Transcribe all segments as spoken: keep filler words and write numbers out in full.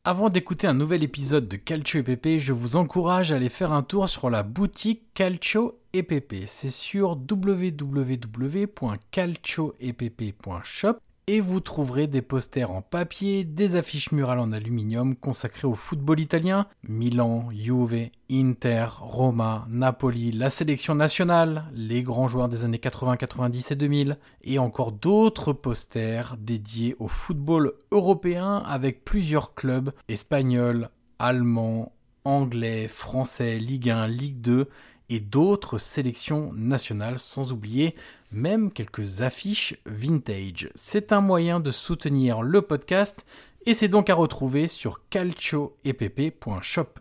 Avant d'écouter un nouvel épisode de Calcio et Pepe, je vous encourage à aller faire un tour sur la boutique Calcio et Pepe. C'est sur w w w point calcio et pepe point shop et vous trouverez des posters en papier, des affiches murales en aluminium consacrées au football italien, Milan, Juve, Inter, Roma, Napoli, la sélection nationale, les grands joueurs des années quatre-vingts, quatre-vingt-dix et deux mille, et encore d'autres posters dédiés au football européen avec plusieurs clubs espagnols, allemands, anglais, français, Ligue un, Ligue deux et d'autres sélections nationales, sans oublier même quelques affiches vintage. C'est un moyen de soutenir le podcast et c'est donc à retrouver sur calcio et pepe point shop.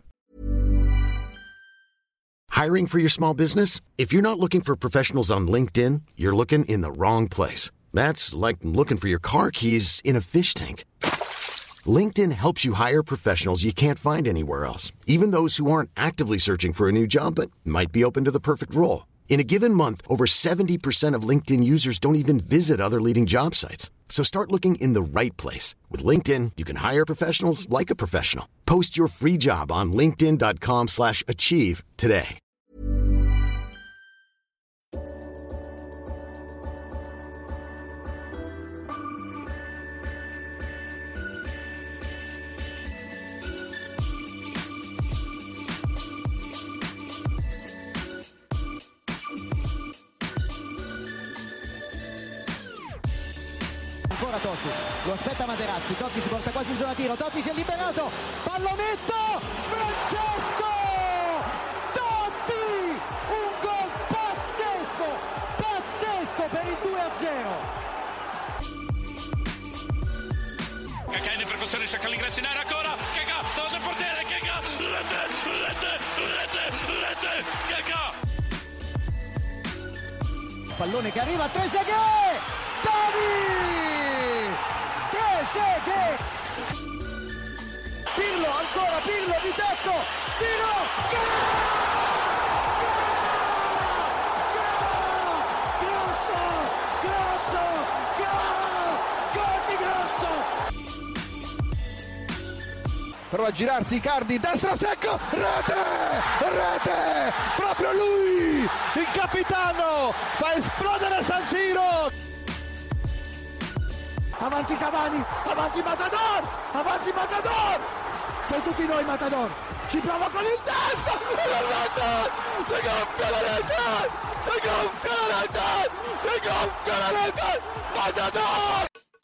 Hiring for your small business? If you're not looking for professionals on LinkedIn, you're looking in the wrong place. That's like looking for your car keys in a fish tank. LinkedIn helps you hire professionals you can't find anywhere else, even those who aren't actively searching for a new job but might be open to the perfect role. In a given month, over seventy percent of LinkedIn users don't even visit other leading job sites. So start looking in the right place. With LinkedIn, you can hire professionals like a professional. Post your free job on linkedin dot com slash achieve today. Ancora Totti, lo aspetta Materazzi, Totti si porta quasi in zona tiro, Totti si è liberato, pallonetto, Francesco Totti, un gol pazzesco, pazzesco per il due a zero. Cacà in percussione, cerca l'ingresso in area ancora, Cacà, davanti al portiere, Cacà, rete, rete, rete, rete, Cacà. Pallone che arriva, Trezeguet, Totti! Trezeguet, Pirlo, ancora Pirlo di tacco, tiro, gol! Grosso, grosso, gol, gol di Grosso! Prova a girarsi Icardi, destro secco, rete, rete, proprio lui, il capitano, fa esplodere San Siro! Avanti Cavani, avanti Matador, avanti Matador, sei tutti noi Matador, ci prova con il destro, e la rete, si gonfia la rete, si gonfia la rete, si gonfia la rete, Matador.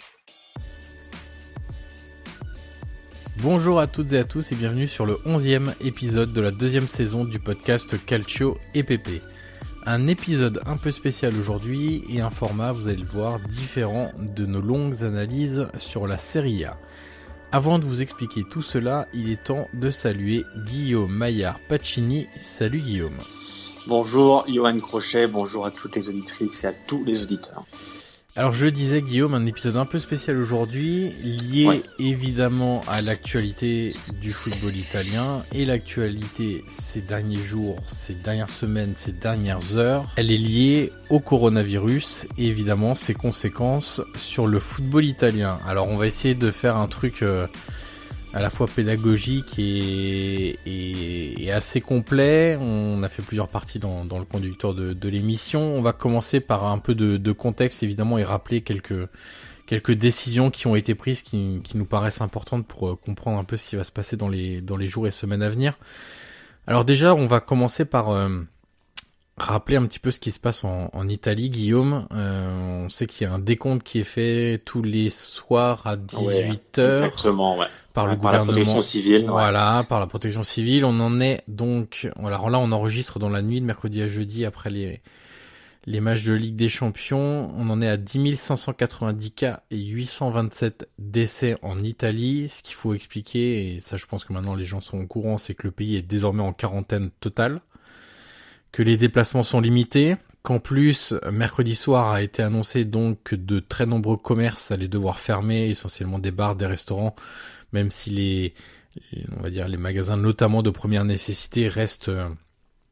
Bonjour à toutes et à tous et bienvenue sur le onzième épisode de la deuxième saison du podcast Calcio et Pepe. Un épisode un peu spécial aujourd'hui et un format, vous allez le voir, différent de nos longues analyses sur la Serie A. Avant de vous expliquer tout cela, il est temps de saluer Guillaume Maillard Pacini. Salut Guillaume. Bonjour Johan Crochet, bonjour à toutes les auditrices et à tous les auditeurs. Alors je le disais Guillaume, un épisode un peu spécial aujourd'hui, lié ouais. évidemment à l'actualité du football italien et l'actualité ces derniers jours, ces dernières semaines, ces dernières heures. Elle est liée au coronavirus et évidemment ses conséquences sur le football italien. Alors on va essayer de faire un truc euh, à la fois pédagogique et, et, et assez complet. On a fait plusieurs parties dans, dans le conducteur de, de l'émission. On va commencer par un peu de, de contexte évidemment et rappeler quelques quelques décisions qui ont été prises qui, qui nous paraissent importantes pour comprendre un peu ce qui va se passer dans les dans les jours et semaines à venir. Alors déjà, on va commencer par euh, rappeler un petit peu ce qui se passe en, en Italie, Guillaume. Euh, on sait qu'il y a un décompte qui est fait tous les soirs à dix-huit heures. Ouais, exactement, ouais. Par le par gouvernement. la protection civile. Voilà, ouais. par la protection civile. On en est donc, alors là, on enregistre dans la nuit de mercredi à jeudi après les, les matchs de Ligue des Champions. On en est à dix mille cinq cent quatre-vingt-dix cas et huit cent vingt-sept décès en Italie. Ce qu'il faut expliquer, et ça, je pense que maintenant les gens sont au courant, c'est que le pays est désormais en quarantaine totale, que les déplacements sont limités, qu'en plus, mercredi soir a été annoncé donc que de très nombreux commerces allaient devoir fermer, essentiellement des bars, des restaurants, même si les, les on va dire les magasins notamment de première nécessité restent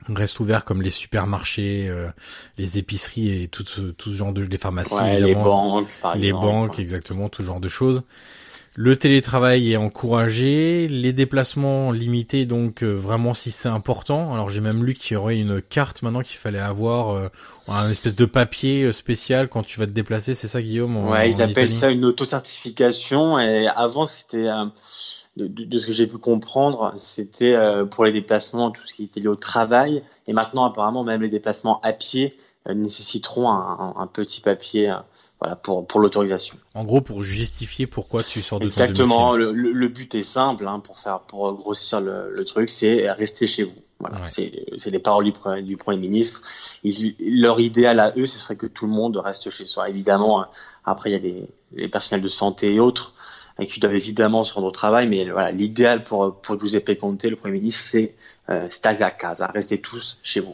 restent ouverts comme les supermarchés, euh, les épiceries et tout ce, tout ce genre de, les pharmacies, ouais, évidemment. Les banques, par les exemple. banques, exactement, tout ce genre de choses. Le télétravail est encouragé, les déplacements limités, donc euh, vraiment si c'est important. Alors j'ai même lu qu'il y aurait une carte maintenant qu'il fallait avoir, euh, un espèce de papier spécial quand tu vas te déplacer, c'est ça Guillaume en, Ouais, ils en appellent Italie ça une auto-certification et avant c'était, euh, de, de, de ce que j'ai pu comprendre, c'était euh, pour les déplacements, tout ce qui était lié au travail et maintenant apparemment même les déplacements à pied euh, nécessiteront un, un, un petit papier euh, voilà, pour, pour l'autorisation. En gros, pour justifier pourquoi tu sors de Exactement, ton domicile. le, le, le but est simple, hein, pour faire, pour grossir le, le truc, c'est rester chez vous. Voilà, Ouais. c'est, c'est les paroles du, du Premier ministre. Ils, leur idéal à eux, ce serait que tout le monde reste chez soi. Évidemment, après il y a les, les personnels de santé et autres hein, qui doivent évidemment se rendre au travail, mais voilà, l'idéal pour pour Giuseppe Conte, le Premier ministre, c'est euh, stare a casa, restez tous chez vous.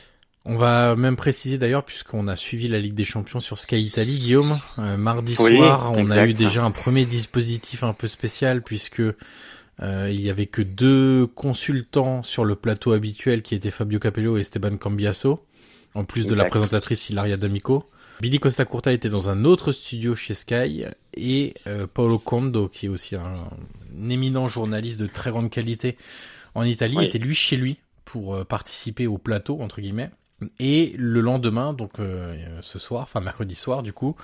On va même préciser d'ailleurs, puisqu'on a suivi la Ligue des Champions sur Sky Italie, Guillaume, euh, mardi Oui, soir, on exact. a eu déjà un premier dispositif un peu spécial, puisque euh, il y avait que deux consultants sur le plateau habituel, qui étaient Fabio Capello et Esteban Cambiaso, en plus de Exact. la présentatrice Ilaria D'Amico. Billy Costa Curta était dans un autre studio chez Sky, et euh, Paolo Condo, qui est aussi un, un éminent journaliste de très grande qualité en Italie, Oui. était lui chez lui pour euh, participer au plateau, entre guillemets. Et le lendemain, donc euh, ce soir, enfin mercredi soir du coup,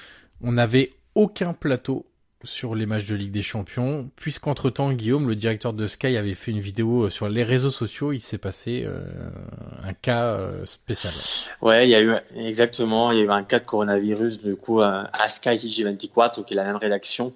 on n'avait aucun plateau sur les matchs de Ligue des Champions, puisqu'entre-temps, Guillaume, le directeur de Sky, avait fait une vidéo sur les réseaux sociaux, il s'est passé euh, un cas euh, spécial. Ouais, il y a eu, exactement, il y a eu un cas de coronavirus, du coup, à Sky G vingt-quatre, qui est la même rédaction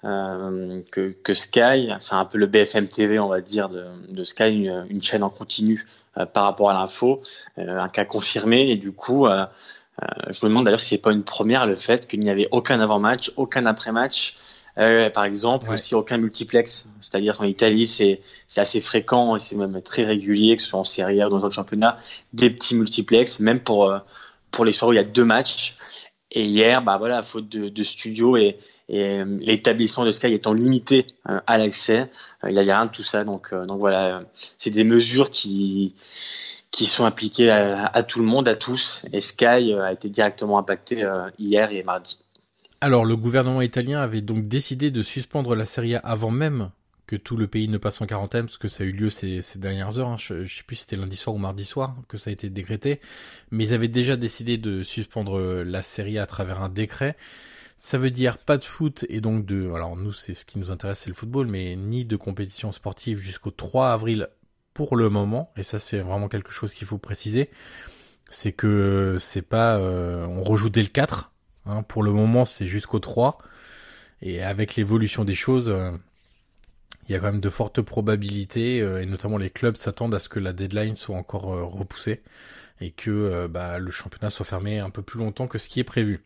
euh, que, que Sky. C'est un peu le B F M T V, on va dire, de, de Sky, une, une chaîne en continu euh, par rapport à l'info, euh, un cas confirmé, et du coup, euh, euh, je me demande d'ailleurs si c'est pas une première, le fait qu'il n'y avait aucun avant-match, aucun après-match, euh, par exemple, Ouais. aussi aucun multiplex. C'est-à-dire qu'en Italie, c'est, c'est assez fréquent, et c'est même très régulier, que ce soit en Serie A ou dans d'autres championnats, des petits multiplex, même pour, euh, pour les soirées où il y a deux matchs. Et hier, bah voilà, faute de, de studio et, et euh, l'établissement de Sky étant limité euh, à l'accès, euh, il n'y avait rien de tout ça. Donc, euh, donc voilà, euh, c'est des mesures qui qui sont appliquées à, à tout le monde, à tous. Et Sky euh, a été directement impacté euh, hier et mardi. Alors, le gouvernement italien avait donc décidé de suspendre la Serie A avant même que tout le pays ne passe en quarantaine, parce que ça a eu lieu ces, ces dernières heures, hein. je, je sais plus si c'était lundi soir ou mardi soir que ça a été décrété, mais ils avaient déjà décidé de suspendre la Serie A à travers un décret. Ça veut dire pas de foot, et donc de, alors nous c'est ce qui nous intéresse, c'est le football, mais ni de compétition sportive jusqu'au trois avril pour le moment, et ça c'est vraiment quelque chose qu'il faut préciser, c'est que c'est pas, euh, on rejoue dès le quatre, hein, pour le moment c'est jusqu'au trois, et avec l'évolution des choses, euh, il y a quand même de fortes probabilités, euh, et notamment les clubs s'attendent à ce que la deadline soit encore euh, repoussée et que euh, bah, le championnat soit fermé un peu plus longtemps que ce qui est prévu.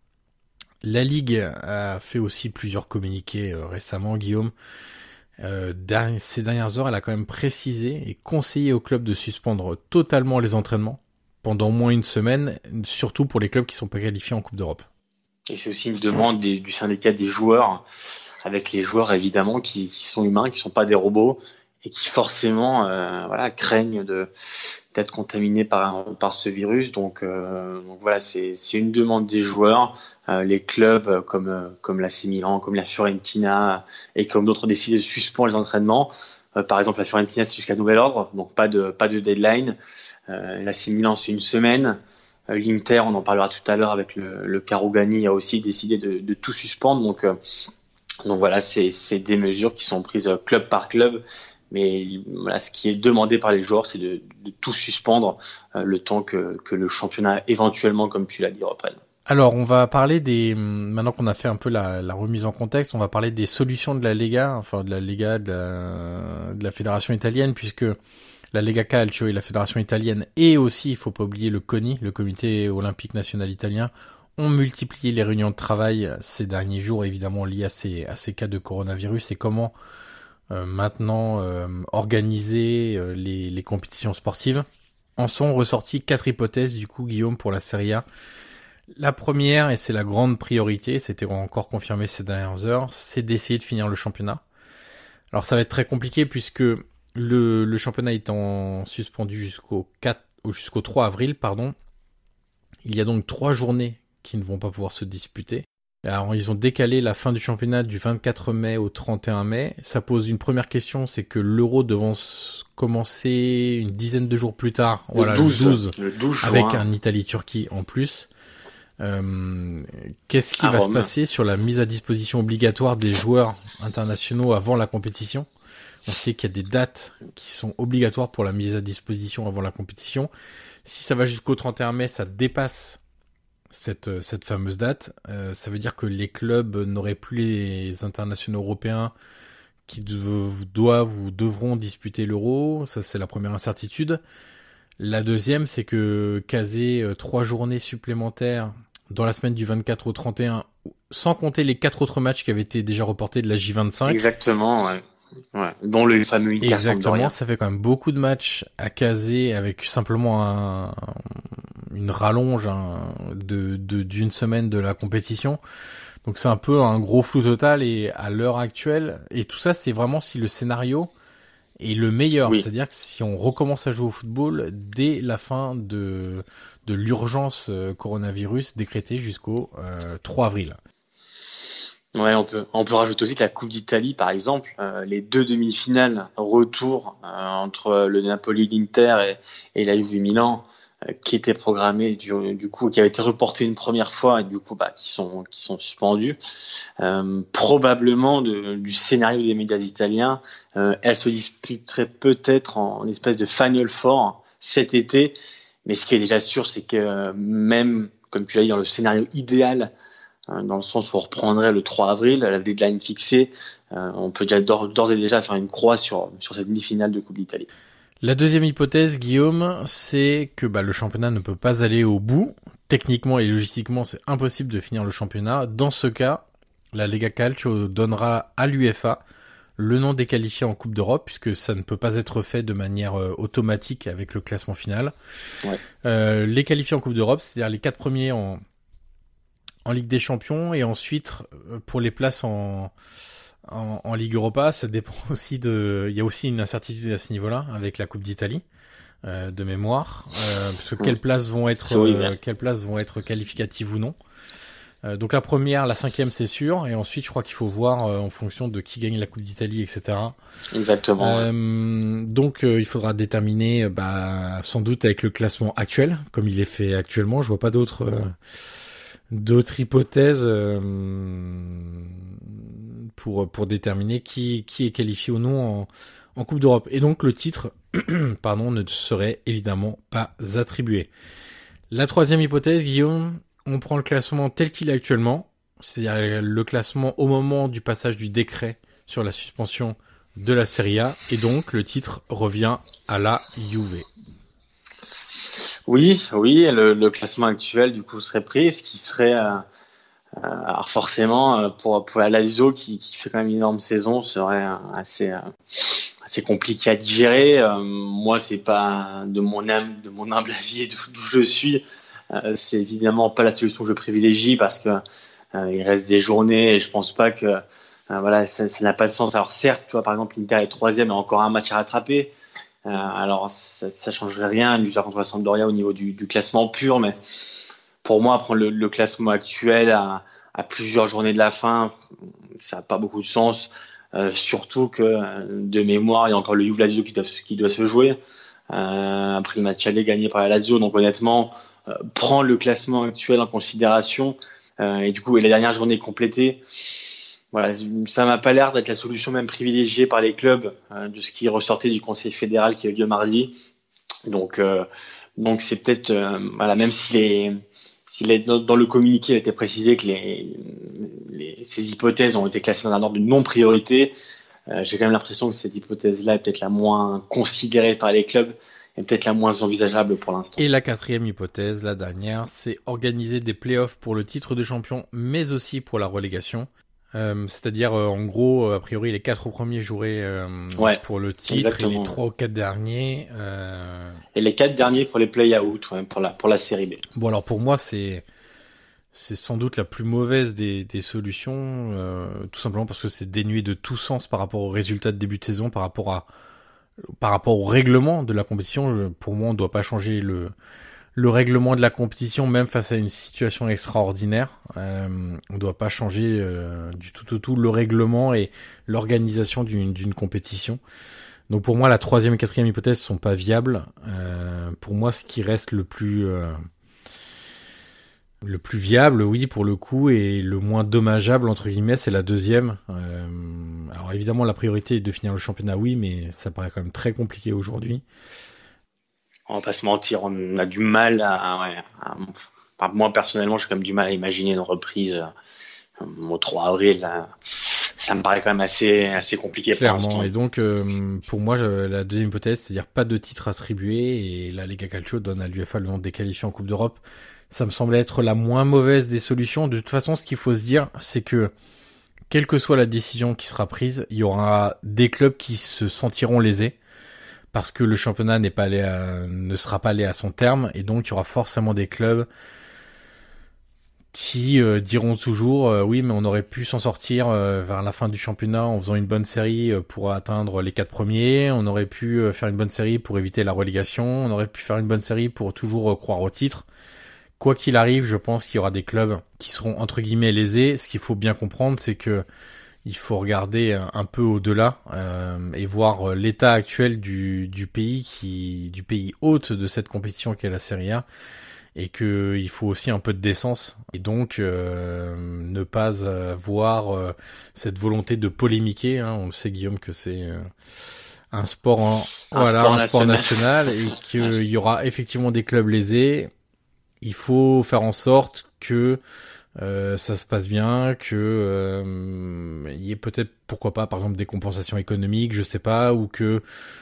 La Ligue a fait aussi plusieurs communiqués euh, récemment, Guillaume. Euh, dernier, ces dernières heures, elle a quand même précisé et conseillé aux clubs de suspendre totalement les entraînements pendant au moins une semaine, surtout pour les clubs qui sont pas qualifiés en Coupe d'Europe. Et c'est aussi une demande des, du syndicat des joueurs, avec les joueurs évidemment qui, qui sont humains, qui sont pas des robots et qui forcément euh, voilà craignent de d'être contaminés par par ce virus. Donc, euh, donc voilà, c'est c'est une demande des joueurs. Euh, les clubs comme euh, comme l'A C Milan, comme la Fiorentina et comme d'autres ont décidé de suspendre les entraînements. Euh, par exemple, la Fiorentina c'est jusqu'à nouvel ordre, donc pas de pas de deadline. Euh, l'A C Milan c'est une semaine. Euh, L'Inter, on en parlera tout à l'heure avec le, le Carugani, a aussi décidé de, de tout suspendre. Donc euh, donc voilà, c'est c'est des mesures qui sont prises club par club. Mais voilà, ce qui est demandé par les joueurs, c'est de, de tout suspendre euh, le temps que, que le championnat éventuellement, comme tu l'as dit, reprenne. Alors, on va parler des, maintenant qu'on a fait un peu la, la remise en contexte, on va parler des solutions de la Lega, enfin de la Lega, de la, de la fédération italienne, puisque la Lega Calcio et la fédération italienne, et aussi, il faut pas oublier le CONI, le Comité olympique national italien, ont multiplié les réunions de travail ces derniers jours, évidemment liés à ces, à ces cas de coronavirus, et comment Euh, maintenant euh, organiser euh, les, les compétitions sportives. En sont ressorties quatre hypothèses du coup, Guillaume, pour la Serie A. La première, et c'est la grande priorité, c'était encore confirmé ces dernières heures, c'est d'essayer de finir le championnat. Alors ça va être très compliqué puisque le, le championnat étant suspendu jusqu'au quatre, jusqu'au trois avril, pardon, il y a donc trois journées qui ne vont pas pouvoir se disputer. Alors, ils ont décalé la fin du championnat du vingt-quatre mai au trente et un mai. Ça pose une première question, c'est que l'Euro devant commencer une dizaine de jours plus tard, le voilà, douze, le douze, le douze juin. Avec un Italie-Turquie en plus. Euh, qu'est-ce qui à va Rome. se passer sur la mise à disposition obligatoire des joueurs internationaux avant la compétition? On sait qu'il y a des dates qui sont obligatoires pour la mise à disposition avant la compétition. Si ça va jusqu'au trente et un mai, ça dépasse cette cette fameuse date. Euh, ça veut dire que les clubs n'auraient plus les internationaux européens qui doivent ou devront disputer l'Euro. Ça, c'est la première incertitude. La deuxième, c'est que caser euh, trois journées supplémentaires dans la semaine du vingt-quatre au trente et un, sans compter les quatre autres matchs qui avaient été déjà reportés de la J vingt-cinq. Exactement, ouais. Ouais, dont le fameux Inter Exactement, ça fait quand même beaucoup de matchs à caser avec simplement un, une rallonge un, de, de d'une semaine de la compétition. Donc c'est un peu un gros flou total et à l'heure actuelle, et tout ça c'est vraiment si le scénario est le meilleur, oui. C'est-à-dire que si on recommence à jouer au football dès la fin de de l'urgence coronavirus décrétée jusqu'au euh, trois avril. Ouais, on peut on peut rajouter aussi que la Coupe d'Italie, par exemple, euh, les deux demi-finales retour euh, entre le Napoli, l'Inter et, et la Juve Milan, euh, qui étaient programmées du, du coup, qui avaient été reportées une première fois et du coup, bah, qui sont qui sont suspendues, euh, probablement de, du scénario des médias italiens, euh, elles se disputeraient peut-être en, en espèce de Final Four cet été. Mais ce qui est déjà sûr, c'est que euh, même, comme tu l'as dit, dans le scénario idéal, dans le sens où on reprendrait le trois avril, la deadline fixée, euh, on peut déjà d'ores, d'ores et déjà faire une croix sur, sur cette demi-finale de Coupe d'Italie. La deuxième hypothèse, Guillaume, c'est que bah, le championnat ne peut pas aller au bout. Techniquement et logistiquement, c'est impossible de finir le championnat. Dans ce cas, la Lega Calcio donnera à l'UEFA le nom des qualifiés en Coupe d'Europe, puisque ça ne peut pas être fait de manière euh, automatique avec le classement final. Ouais. Euh, les qualifiés en Coupe d'Europe, c'est-à-dire les quatre premiers en en Ligue des Champions, et ensuite pour les places en, en en Ligue Europa, ça dépend aussi de, il y a aussi une incertitude à ce niveau-là avec la Coupe d'Italie euh, de mémoire, euh, parce que quelles places vont être euh, quelles places vont être qualificatives ou non. Euh, donc la première, la cinquième, c'est sûr, et ensuite je crois qu'il faut voir euh, en fonction de qui gagne la Coupe d'Italie, et cetera. Exactement. Euh, ouais. Donc euh, il faudra déterminer, bah sans doute avec le classement actuel, comme il est fait actuellement. Je vois pas d'autres. Euh, D'autres hypothèses euh, pour pour déterminer qui qui est qualifié ou non en, en Coupe d'Europe. Et donc le titre, pardon, ne serait évidemment pas attribué. La troisième hypothèse, Guillaume, on prend le classement tel qu'il est actuellement, c'est-à-dire le classement au moment du passage du décret sur la suspension de la Serie A, et donc le titre revient à la Juve. Oui, oui, le, le classement actuel du coup serait pris, ce qui serait euh, euh, alors forcément pour pour la Lazio qui, qui fait quand même une énorme saison, serait euh, assez euh, assez compliqué à digérer. Euh, moi, c'est pas de mon âme, de mon humble avis d'où, d'où je suis, euh, c'est évidemment pas la solution que je privilégie parce que euh, il reste des journées et je pense pas que euh, voilà ça, ça n'a pas de sens. Alors certes, tu vois par exemple l'Inter est troisième, a encore un match à rattraper. Euh, alors ça, ça changerait rien une victoire contre la Sampdoria au niveau du, du classement pur, mais pour moi prendre le, le classement actuel à, à plusieurs journées de la fin, ça n'a pas beaucoup de sens. Euh, surtout que de mémoire il y a encore le Juve Lazio qui doit qui doit se jouer euh, après le match aller gagné par la Lazio, donc honnêtement euh, prendre le classement actuel en considération euh, et du coup et la dernière journée complétée. Voilà, ça m'a pas l'air d'être la solution même privilégiée par les clubs euh, de ce qui ressortait du Conseil fédéral qui a eu lieu mardi. Donc, euh, donc c'est peut-être euh, voilà, même si les, si les dans, dans le communiqué il a été précisé que les, les ces hypothèses ont été classées dans un ordre de non-priorité, euh, j'ai quand même l'impression que cette hypothèse-là est peut-être la moins considérée par les clubs et peut-être la moins envisageable pour l'instant. Et la quatrième hypothèse, la dernière, c'est organiser des playoffs pour le titre de champion, mais aussi pour la relégation. Euh, c'est-à-dire euh, en gros a priori les quatre premiers joueraient euh, ouais, pour le titre exactement. Et les trois ou quatre derniers euh... et les quatre derniers pour les play-out, ouais, pour la pour la série B. Bon alors pour moi c'est c'est sans doute la plus mauvaise des des solutions, euh, tout simplement parce que c'est dénué de tout sens par rapport aux résultats de début de saison, par rapport à par rapport au règlement de la compétition. Je, pour moi, on ne doit pas changer le le règlement de la compétition, même face à une situation extraordinaire. Euh, on ne doit pas changer euh, du tout au tout le règlement et l'organisation d'une d'une compétition. Donc pour moi, la troisième et quatrième hypothèse sont pas viables. Euh, pour moi, ce qui reste le plus euh, le plus viable, oui, pour le coup, et le moins dommageable entre guillemets, c'est la deuxième. Euh, alors évidemment, la priorité est de finir le championnat, oui, mais ça paraît quand même très compliqué aujourd'hui. On va pas se mentir, on a du mal à, ouais, à, à moi personnellement, j'ai quand même du mal à imaginer une reprise euh, au trois avril. Là. Ça me paraît quand même assez assez compliqué. Clairement. Pour l'instant. Et donc euh, pour moi, je, la deuxième hypothèse, c'est-à-dire pas de titre attribué, et la Lega Calcio donne à l'UEFA le nom de déqualifié en Coupe d'Europe. Ça me semble être la moins mauvaise des solutions. De toute façon, ce qu'il faut se dire, c'est que quelle que soit la décision qui sera prise, il y aura des clubs qui se sentiront lésés. Parce que le championnat n'est pas allé à, ne sera pas allé à son terme, et donc il y aura forcément des clubs qui euh, diront toujours euh, oui, mais on aurait pu s'en sortir euh, vers la fin du championnat en faisant une bonne série euh, pour atteindre les quatre premiers, on aurait pu euh, faire une bonne série pour éviter la relégation, on aurait pu faire une bonne série pour toujours euh, croire au titre. Quoi qu'il arrive, je pense qu'il y aura des clubs qui seront entre guillemets lésés. Ce qu'il faut bien comprendre, c'est que il faut regarder un peu au-delà euh, et voir l'état actuel du, du pays qui, du pays hôte de cette compétition qu'est la Serie A, et que il faut aussi un peu de décence, et donc euh, ne pas avoir euh, cette volonté de polémiquer. Hein. On le sait, Guillaume, que c'est euh, un sport, en, un voilà, sport un sport national, national, et qu'il y aura effectivement des clubs lésés. Il faut faire en sorte que Euh, ça se passe bien, que euh, il y ait peut-être, pourquoi pas, par exemple des compensations économiques, je sais pas, ou que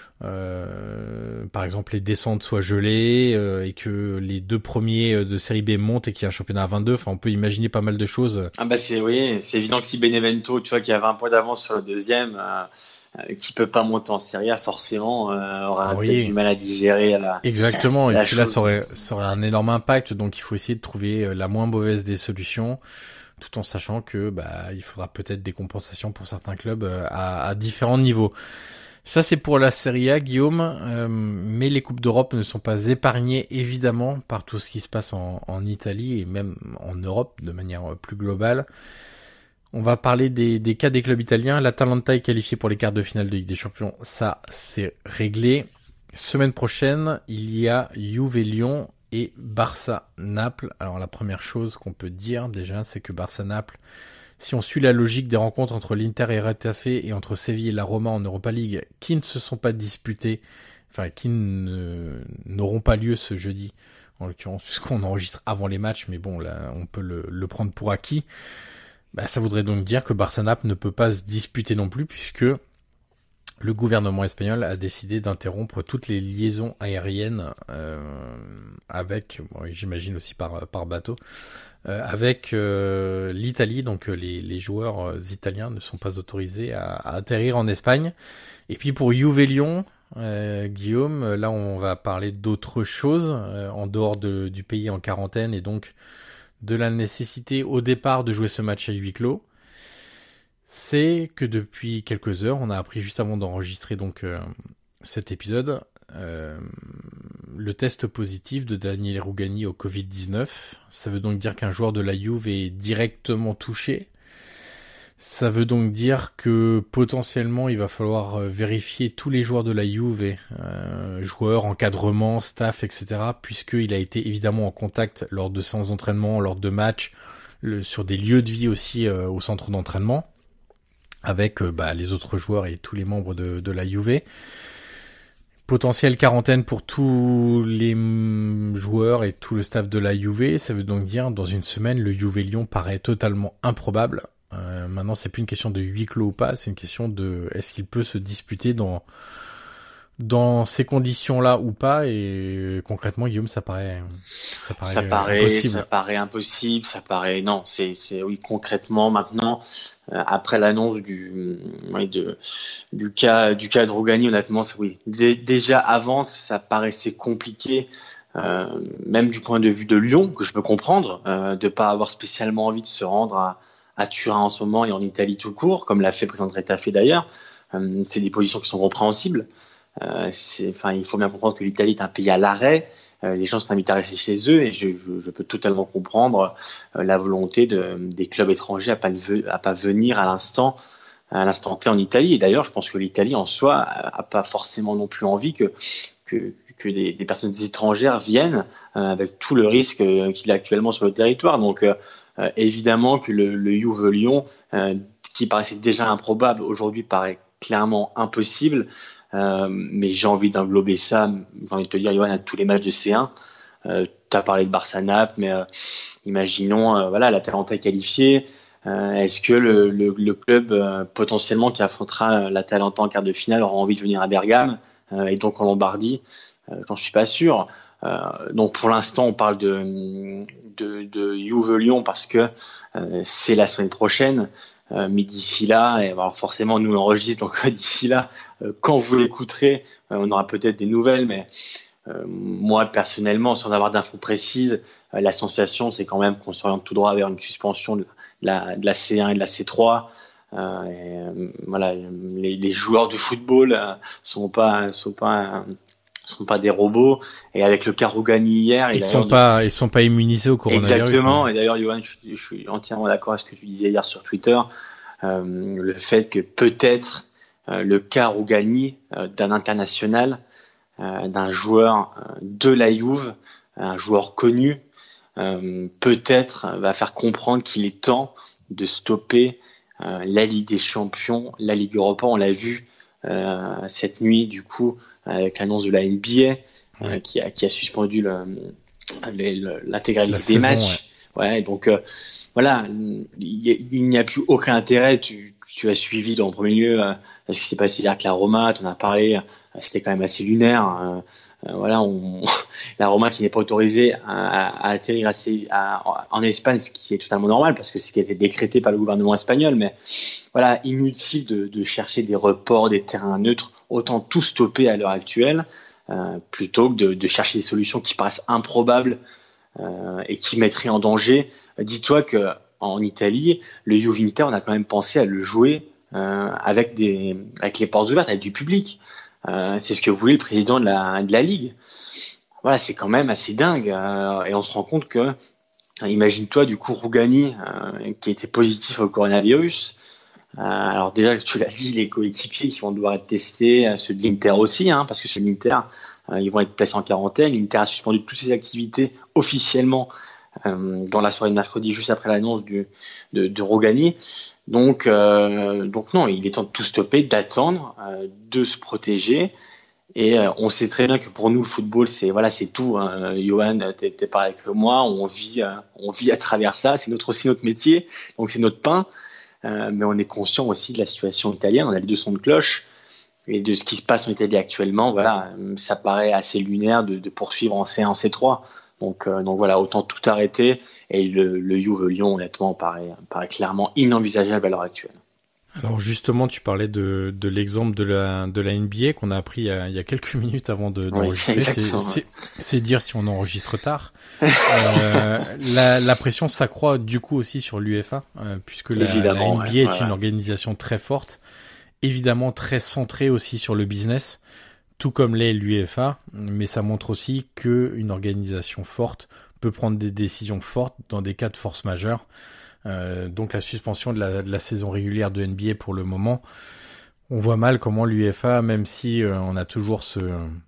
euh, par exemple les descentes soient gelées euh, et que les deux premiers de série B montent et qu'il y a un championnat à vingt-deux. Enfin, on peut imaginer pas mal de choses. Ah bah c'est oui, c'est évident que si Benevento, tu vois, qui a vingt points d'avance sur le deuxième, euh, euh, qui peut pas monter en Serie A, forcément euh, aura Ah oui. peut-être du mal à digérer la. Exactement. la Et puis là, chose. ça aurait, ça aurait un énorme impact. Donc, il faut essayer de trouver la moins mauvaise des solutions, tout en sachant que bah il faudra peut-être des compensations pour certains clubs à, à différents niveaux. Ça, c'est pour la Serie A, Guillaume, euh, mais les Coupes d'Europe ne sont pas épargnées, évidemment, par tout ce qui se passe en, en Italie et même en Europe de manière plus globale. On va parler des, des cas des clubs italiens. L'Atalanta est qualifié pour les quarts de finale de Ligue des Champions. Ça, c'est réglé. Semaine prochaine, il y a Juve-Lyon et Barça-Naples. Alors, la première chose qu'on peut dire, déjà, c'est que Barça-Naples, si on suit la logique des rencontres entre l'Inter et Retafe et entre Séville et la Roma en Europa League, qui ne se sont pas disputés, enfin qui ne, n'auront pas lieu ce jeudi, en l'occurrence, puisqu'on enregistre avant les matchs, mais bon, là, on peut le, le prendre pour acquis, bah, ça voudrait donc dire que Barça-Naples ne peut pas se disputer non plus, puisque le gouvernement espagnol a décidé d'interrompre toutes les liaisons aériennes euh, avec, bon, j'imagine aussi par, par bateau, Euh, avec euh, l'Italie. Donc euh, les, les joueurs euh, italiens ne sont pas autorisés à, à atterrir en Espagne. Et puis pour Juve-Lyon, euh, Guillaume, là on va parler d'autre chose euh, en dehors de, du pays en quarantaine, et donc de la nécessité au départ de jouer ce match à huis clos. C'est que depuis quelques heures, on a appris juste avant d'enregistrer donc euh, cet épisode, Euh, le test positif de Daniele Rugani au covid dix-neuf. Ça veut donc dire qu'un joueur de la Juve est directement touché. Ça veut donc dire que potentiellement il va falloir vérifier tous les joueurs de la Juve, euh, joueurs, encadrement, staff, et cetera, puisqu'il a été évidemment en contact lors de séances d'entraînement, lors de matchs, le, sur des lieux de vie aussi euh, au centre d'entraînement, avec euh, bah, les autres joueurs et tous les membres de, de la Juve. Potentielle quarantaine pour tous les joueurs et tout le staff de la Juve. Ça veut donc dire, dans une semaine, le Juve-Lyon paraît totalement improbable. Euh, maintenant, c'est plus une question de huis clos ou pas, c'est une question de est-ce qu'il peut se disputer dans dans ces conditions-là ou pas. Et concrètement, Guillaume, ça paraît ça paraît, ça paraît impossible. Ça paraît impossible. Ça paraît non. C'est c'est oui concrètement maintenant. Euh, après l'annonce du oui, de du cas du cas de Rugani, honnêtement, c'est, oui. D- déjà avant, ça paraissait compliqué, euh, même du point de vue de Lyon, que je peux comprendre, euh, de pas avoir spécialement envie de se rendre à, à Turin en ce moment et en Italie tout court, comme l'a fait le président de Retafe d'ailleurs. Euh, c'est des positions qui sont compréhensibles. Euh, c'est, enfin, il faut bien comprendre que l'Italie est un pays à l'arrêt. Euh, les gens sont invités à rester chez eux et je, je, je peux totalement comprendre euh, la volonté de, des clubs étrangers à pas, à pas venir à l'instant, à l'instant T en Italie. Et d'ailleurs, je pense que l'Italie en soi a, a pas forcément non plus envie que que, que des, des personnes étrangères viennent euh, avec tout le risque euh, qu'il y a actuellement sur le territoire. Donc euh, euh, évidemment que le, le Juve Lyon, euh, qui paraissait déjà improbable, aujourd'hui paraît clairement impossible. Euh, mais j'ai envie d'englober ça, j'ai envie de te dire, Johan, à tous les matchs de C un. Euh, tu as parlé de Barça-Naples, mais euh, imaginons, euh, voilà, l'Atalanta est qualifiée. Euh, est-ce que le, le, le club euh, potentiellement qui affrontera l'Atalanta en quart de finale aura envie de venir à Bergame euh, et donc en Lombardie? euh, J'en suis pas sûr. Euh, donc pour l'instant, on parle de, de, de Juve Lyon parce que euh, c'est la semaine prochaine. Euh, mais d'ici là, et alors forcément nous on enregistre, donc d'ici là, euh, quand vous l'écouterez, euh, on aura peut-être des nouvelles, mais euh, moi personnellement, sans avoir d'infos précises, euh, la sensation c'est quand même qu'on s'oriente tout droit vers une suspension de la, de la C un et de la C trois. Euh, et, euh, voilà, les, les joueurs du football euh, sont pas, sont pas, sont pas des robots. Et avec le cas Rougani hier, ils sont pas, ils sont pas immunisés au coronavirus. Exactement. Et d'ailleurs, Johan, je, je suis entièrement d'accord avec ce que tu disais hier sur Twitter, euh, le fait que peut-être euh, le cas Rougani euh, d'un international, euh, d'un joueur euh, de la Juve, un joueur connu, euh, peut-être va faire comprendre qu'il est temps de stopper euh, la Ligue des Champions, la Ligue Europa. On l'a vu euh, cette nuit, du coup, avec l'annonce de la N B A, euh, qui a qui a suspendu le, le, l'intégralité la des saison, matchs. Ouais, ouais donc euh, voilà, il, il n'y a plus aucun intérêt. Tu tu as suivi dans le premier lieu euh, ce qui s'est passé hier avec la Roma, tu en as parlé. Euh, c'était quand même assez lunaire. Euh, euh, voilà, on, la Roma qui n'est pas autorisée à, à atterrir assez à, en Espagne, ce qui est totalement normal parce que c'est ce qui a été décrété par le gouvernement espagnol. Mais voilà, inutile de, de chercher des reports, des terrains neutres. Autant tout stopper à l'heure actuelle euh, plutôt que de, de chercher des solutions qui paraissent improbables euh, et qui mettraient en danger. Dis-toi que en Italie, le Juve Inter, on a quand même pensé à le jouer euh, avec des avec les portes ouvertes, avec du public. Euh, c'est ce que voulait le président de la de la ligue. Voilà, c'est quand même assez dingue euh, et on se rend compte que, imagine-toi du coup Rougani euh, qui était positif au coronavirus. Euh, alors déjà, tu l'as dit, les coéquipiers qui vont devoir être testés, euh, ceux de l'Inter aussi, hein, parce que ceux de l'Inter, euh, ils vont être placés en quarantaine. L'Inter a suspendu toutes ses activités officiellement euh, dans la soirée de mercredi, juste après l'annonce du, de, de Rougani. Donc, euh, donc non, il est temps de tout stopper, d'attendre, euh, de se protéger. Et euh, on sait très bien que pour nous, le football, c'est voilà, c'est tout. Hein. Johan, t'es, t'es pareil que moi, on vit, euh, on vit à travers ça. C'est notre aussi notre métier, donc c'est notre pain. Euh, mais on est conscient aussi de la situation italienne, on a les deux sons de cloche et de ce qui se passe en Italie actuellement. Voilà, ça paraît assez lunaire de, de poursuivre en C un, en C trois. Donc, euh, donc voilà, autant tout arrêter. Et le, le Juve Lyon, honnêtement, paraît, paraît clairement inenvisageable à l'heure actuelle. Alors justement, tu parlais de, de l'exemple de la, de la N B A qu'on a appris il y a, il y a quelques minutes avant de, d'enregistrer. Oui, c'est, c'est, c'est dire si on enregistre tard. euh, la, la pression s'accroît du coup aussi sur l'UEFA, euh, puisque la, la N B A ouais, est voilà. une organisation très forte, évidemment très centrée aussi sur le business, tout comme l'est l'UEFA, mais ça montre aussi que une organisation forte peut prendre des décisions fortes dans des cas de force majeure. Euh, donc la suspension de la, de la saison régulière de N B A pour le moment, on voit mal comment l'UEFA, même si euh, on a toujours ce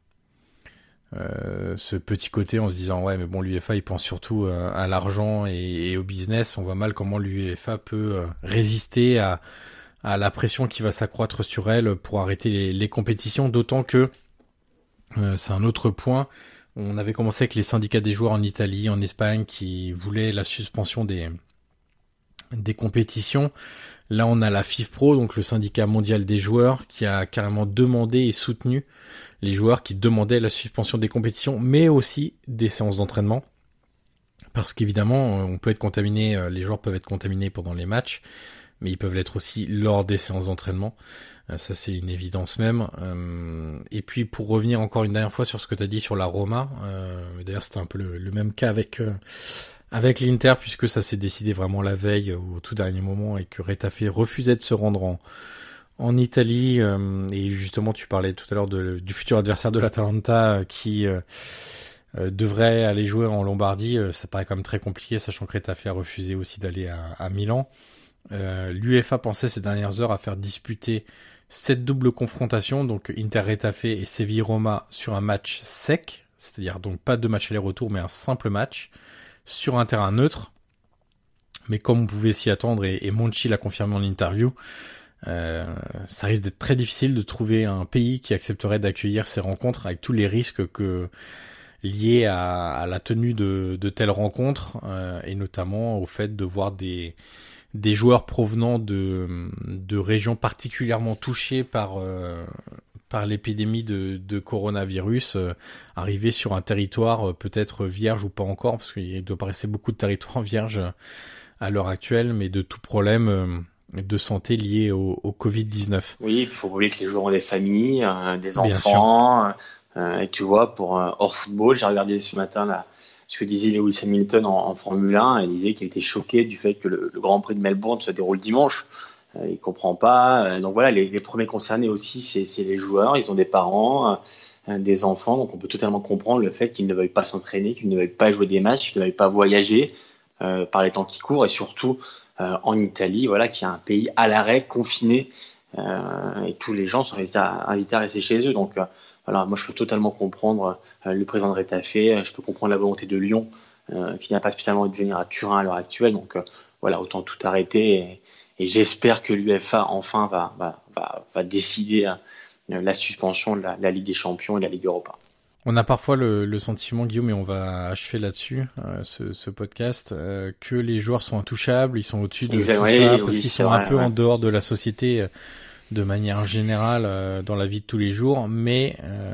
euh, ce petit côté en se disant ouais mais bon l'UEFA il pense surtout euh, à l'argent et, et au business, on voit mal comment l'UEFA peut euh, résister à à la pression qui va s'accroître sur elle pour arrêter les, les compétitions, d'autant que euh, c'est un autre point. On avait commencé avec les syndicats des joueurs en Italie, en Espagne, qui voulaient la suspension des des compétitions. Là, on a la FIFPro, donc le syndicat mondial des joueurs, qui a carrément demandé et soutenu les joueurs qui demandaient la suspension des compétitions, mais aussi des séances d'entraînement. Parce qu'évidemment, on peut être contaminé, les joueurs peuvent être contaminés pendant les matchs, mais ils peuvent l'être aussi lors des séances d'entraînement. Ça, c'est une évidence même. Et puis, pour revenir encore une dernière fois sur ce que tu as dit sur la Roma, d'ailleurs, c'était un peu le, le même cas avec... Avec l'Inter, puisque ça s'est décidé vraiment la veille, au tout dernier moment, et que Retafe refusait de se rendre en, en Italie, euh, et justement tu parlais tout à l'heure de, du futur adversaire de l'Atalanta euh, qui euh, euh, devrait aller jouer en Lombardie. Euh, ça paraît quand même très compliqué, sachant que Retafe a refusé aussi d'aller à, à Milan. Euh, L'UEFA pensait ces dernières heures à faire disputer cette double confrontation, donc Inter-Retafe et Séville-Roma, sur un match sec, c'est-à-dire donc pas deux matchs aller-retour mais un simple match sur un terrain neutre. Mais comme on pouvait s'y attendre, et, et Monchi l'a confirmé en interview, euh, ça risque d'être très difficile de trouver un pays qui accepterait d'accueillir ces rencontres avec tous les risques que liés à, à la tenue de, de telles rencontres, euh, et notamment au fait de voir des des joueurs provenant de de régions particulièrement touchées par euh, par l'épidémie de, de coronavirus, euh, arriver sur un territoire euh, peut-être vierge ou pas encore, parce qu'il doit pas rester beaucoup de territoires vierges à l'heure actuelle, mais de tout problème euh, de santé lié au, au covid dix-neuf. Oui, il faut oublier que les joueurs ont des familles, euh, des enfants, euh, et tu vois, pour euh, hors football, j'ai regardé ce matin là, ce que disait Lewis Hamilton en, en Formule un, et il disait qu'il était choqué du fait que le, le Grand Prix de Melbourne se déroule dimanche. Euh, il comprend pas. Euh, donc voilà, les, les premiers concernés aussi, c'est, c'est les joueurs. Ils ont des parents, euh, des enfants, donc on peut totalement comprendre le fait qu'ils ne veuillent pas s'entraîner, qu'ils ne veuillent pas jouer des matchs, qu'ils ne veuillent pas voyager euh, par les temps qui courent, et surtout euh, en Italie, voilà, qui est un pays à l'arrêt, confiné, euh, et tous les gens sont invités à, invités à rester chez eux. Donc euh, voilà, moi je peux totalement comprendre euh, le président de Retafe, je peux comprendre la volonté de Lyon, euh, qui n'a pas spécialement envie de venir à Turin à l'heure actuelle. Donc euh, voilà, autant tout arrêter, et, et j'espère que l'UEFA enfin va va va, va décider euh, la suspension de la, la Ligue des Champions et de la Ligue Europa. On a parfois le, le sentiment, Guillaume, et on va achever là-dessus, euh, ce, ce podcast, euh, que les joueurs sont intouchables, ils sont au-dessus de Exactement, tout ça, oui, parce oui, qu'ils c'est sont vrai, un peu ouais. en dehors de la société euh, de manière générale euh, dans la vie de tous les jours. Mais euh,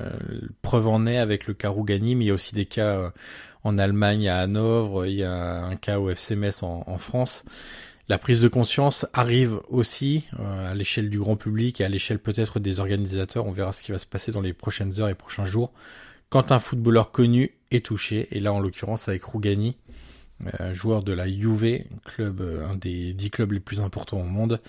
preuve en est avec le cas Rougani, mais il y a aussi des cas euh, en Allemagne, à Hanovre, il y a un cas au F C Metz en, en France. La prise de conscience arrive aussi euh, à l'échelle du grand public et à l'échelle peut-être des organisateurs. On verra ce qui va se passer dans les prochaines heures et prochains jours quand un footballeur connu est touché. Et là, en l'occurrence, avec Rougani, euh, joueur de la Juve, club, euh, un des dix clubs les plus importants au monde.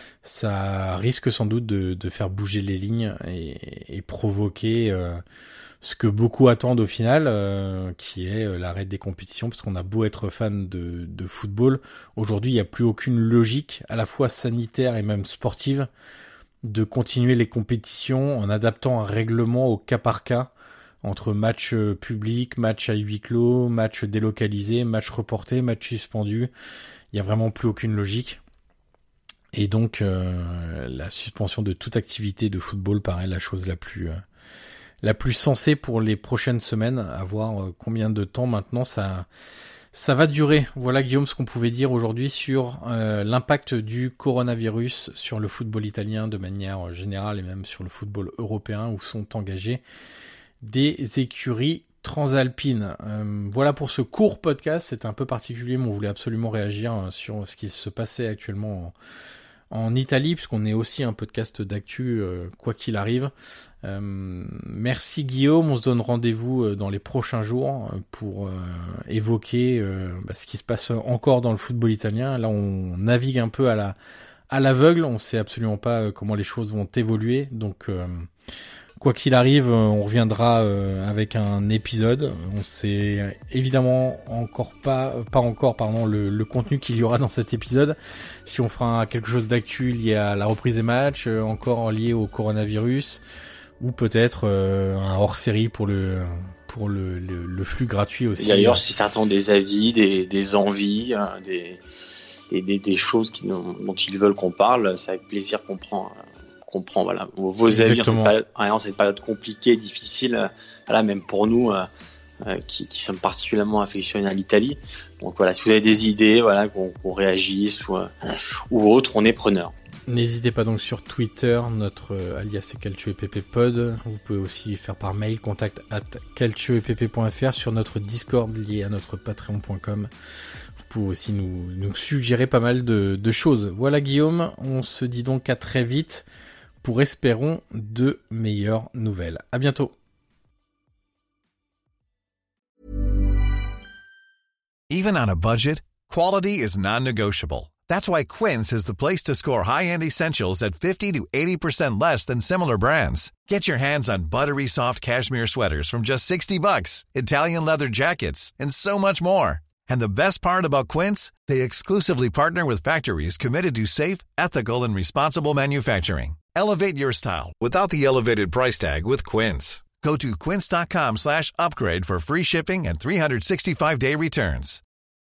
Ça risque sans doute de, de faire bouger les lignes et, et provoquer euh, ce que beaucoup attendent au final, euh, qui est euh, l'arrêt des compétitions, parce qu'on a beau être fan de, de football, aujourd'hui il n'y a plus aucune logique, à la fois sanitaire et même sportive, de continuer les compétitions en adaptant un règlement au cas par cas, entre match public, match à huis clos, match délocalisé, match reporté, match suspendu. Il n'y a vraiment plus aucune logique. Et donc euh, la suspension de toute activité de football paraît la chose la plus... Euh, la plus sensée pour les prochaines semaines, à voir combien de temps maintenant ça ça va durer. Voilà, Guillaume, ce qu'on pouvait dire aujourd'hui sur euh, l'impact du coronavirus sur le football italien de manière générale et même sur le football européen où sont engagés des écuries transalpines. Euh, voilà pour ce court podcast, c'était un peu particulier, mais on voulait absolument réagir sur ce qui se passait actuellement en, en Italie, puisqu'on est aussi un podcast d'actu, euh, quoi qu'il arrive. Euh, merci Guillaume, on se donne rendez-vous dans les prochains jours pour euh, évoquer euh, bah, ce qui se passe encore dans le football italien. Là on navigue un peu à la à l'aveugle, on sait absolument pas comment les choses vont évoluer, donc euh, quoi qu'il arrive, on reviendra euh, avec un épisode. On sait évidemment encore pas pas encore pardon le, le contenu qu'il y aura dans cet épisode, si on fera quelque chose d'actu lié à la reprise des matchs, euh, encore lié au coronavirus, ou peut-être euh, un hors-série pour le pour le, le, le flux gratuit aussi. Et d'ailleurs, si certains ont des avis, des, des envies, hein, des, des, des, des choses qui, dont ils veulent qu'on parle, c'est avec plaisir qu'on prend, qu'on prend voilà, vos Exactement. avis en cette période compliquée, difficile, voilà, même pour nous euh, euh, qui, qui sommes particulièrement affectionnés à l'Italie. Donc voilà, si vous avez des idées, voilà, qu'on, qu'on réagisse ou, euh, ou autre, on est preneur. N'hésitez pas donc sur Twitter, notre euh, alias est calcioeppod. Vous pouvez aussi faire par mail contact at calcioepp point f r, sur notre Discord lié à notre patreon point com. Vous pouvez aussi nous, nous suggérer pas mal de, de choses. Voilà Guillaume, on se dit donc à très vite pour, espérons, de meilleures nouvelles. À bientôt. Even on a budget, quality is non-negotiable. That's why Quince is the place to score high-end essentials at fifty to eighty percent less than similar brands. Get your hands on buttery soft cashmere sweaters from just sixty bucks, Italian leather jackets, and so much more. And the best part about Quince, they exclusively partner with factories committed to safe, ethical, and responsible manufacturing. Elevate your style without the elevated price tag with Quince. Go to quince.com slash upgrade for free shipping and three sixty-five day returns.